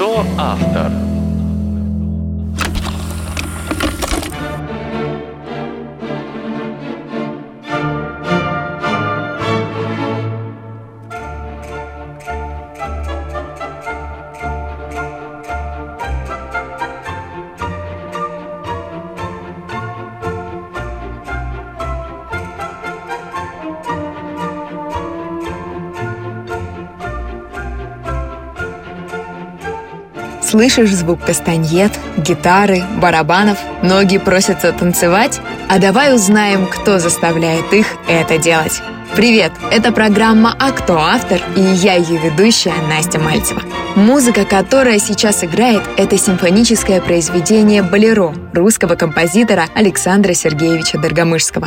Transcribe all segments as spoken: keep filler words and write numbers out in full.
Кто автор? Слышишь звук кастаньет, гитары, барабанов? Ноги просятся танцевать? А давай узнаем, кто заставляет их это делать. Привет! Это программа «А кто автор?» и я ее ведущая Настя Мальцева. Музыка, которая сейчас играет, это симфоническое произведение «Болеро» русского композитора Александра Сергеевича Доргомышского.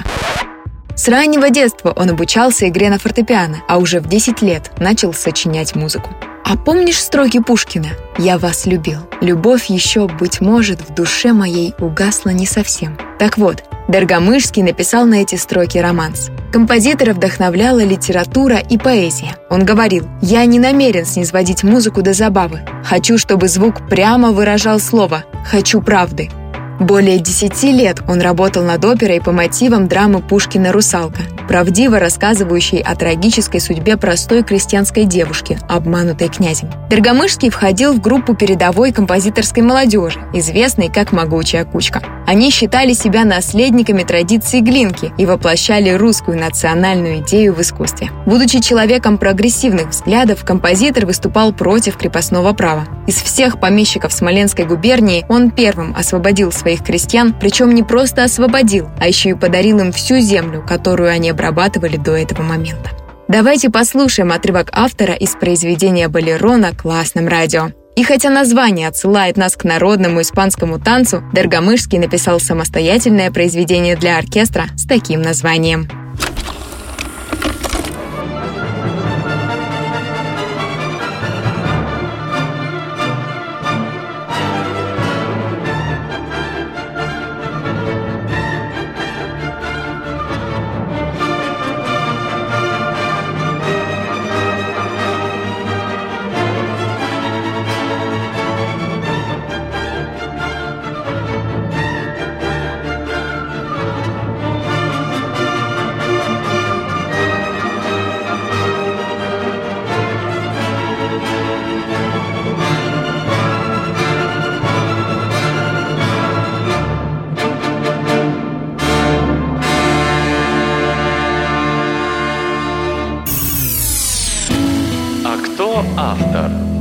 С раннего детства он обучался игре на фортепиано, а уже в десять лет начал сочинять музыку. А помнишь строки Пушкина? «Я вас любил. Любовь еще, быть может, в душе моей угасла не совсем». Так вот, Доргомышский написал на эти строки романс. Композитора вдохновляла литература и поэзия. Он говорил: «Я не намерен низводить музыку до забавы. Хочу, чтобы звук прямо выражал слово. Хочу правды». Более десяти лет он работал над оперой по мотивам драмы Пушкина «Русалка», правдиво рассказывающей о трагической судьбе простой крестьянской девушки, обманутой князем. Доргомышский входил в группу передовой композиторской молодежи, известной как «Могучая кучка». Они считали себя наследниками традиции Глинки и воплощали русскую национальную идею в искусстве. Будучи человеком прогрессивных взглядов, композитор выступал против крепостного права. Из всех помещиков Смоленской губернии он первым освободил своих крестьян, причем не просто освободил, а еще и подарил им всю землю, которую они обрабатывали до этого момента. Давайте послушаем отрывок автора из произведения «Болеро» на классном радио. И хотя название отсылает нас к народному испанскому танцу, Доргомышский написал самостоятельное произведение для оркестра с таким названием. А кто автор?